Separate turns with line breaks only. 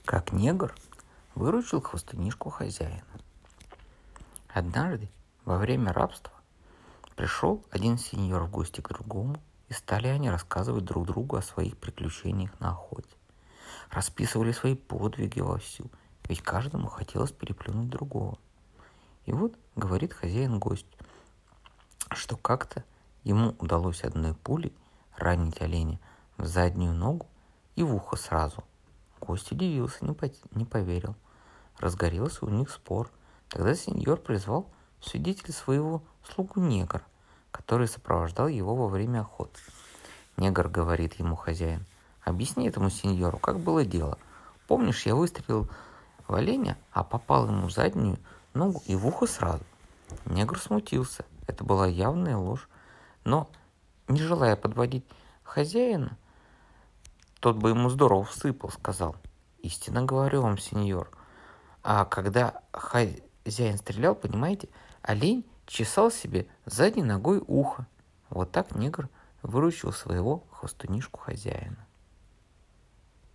Как негр выручил хвостунишку хозяина. Однажды во время рабства пришел один сеньор в гости к другому, и стали они рассказывать друг другу о своих приключениях на охоте. Расписывали свои подвиги вовсю, ведь каждому хотелось переплюнуть другого. И вот говорит хозяин гостю, что как-то ему удалось одной пулей ранить оленя в заднюю ногу и в ухо сразу. Гость удивился, не поверил. Разгорелся у них спор. Тогда сеньор призвал в свидетель своего слугу-негра, который сопровождал его во время охоты. Негр говорит ему хозяин: объясни этому сеньору, как было дело. Помнишь, я выстрелил в оленя, а попал ему в заднюю ногу и в ухо сразу. Негр смутился. Это была явная ложь. Но, не желая подводить хозяина, тот бы ему здорово всыпал, сказал: истинно говорю вам, сеньор. А когда хозяин стрелял, понимаете, олень чесал себе задней ногой ухо. Вот так негр выручил своего хвостунишку хозяина.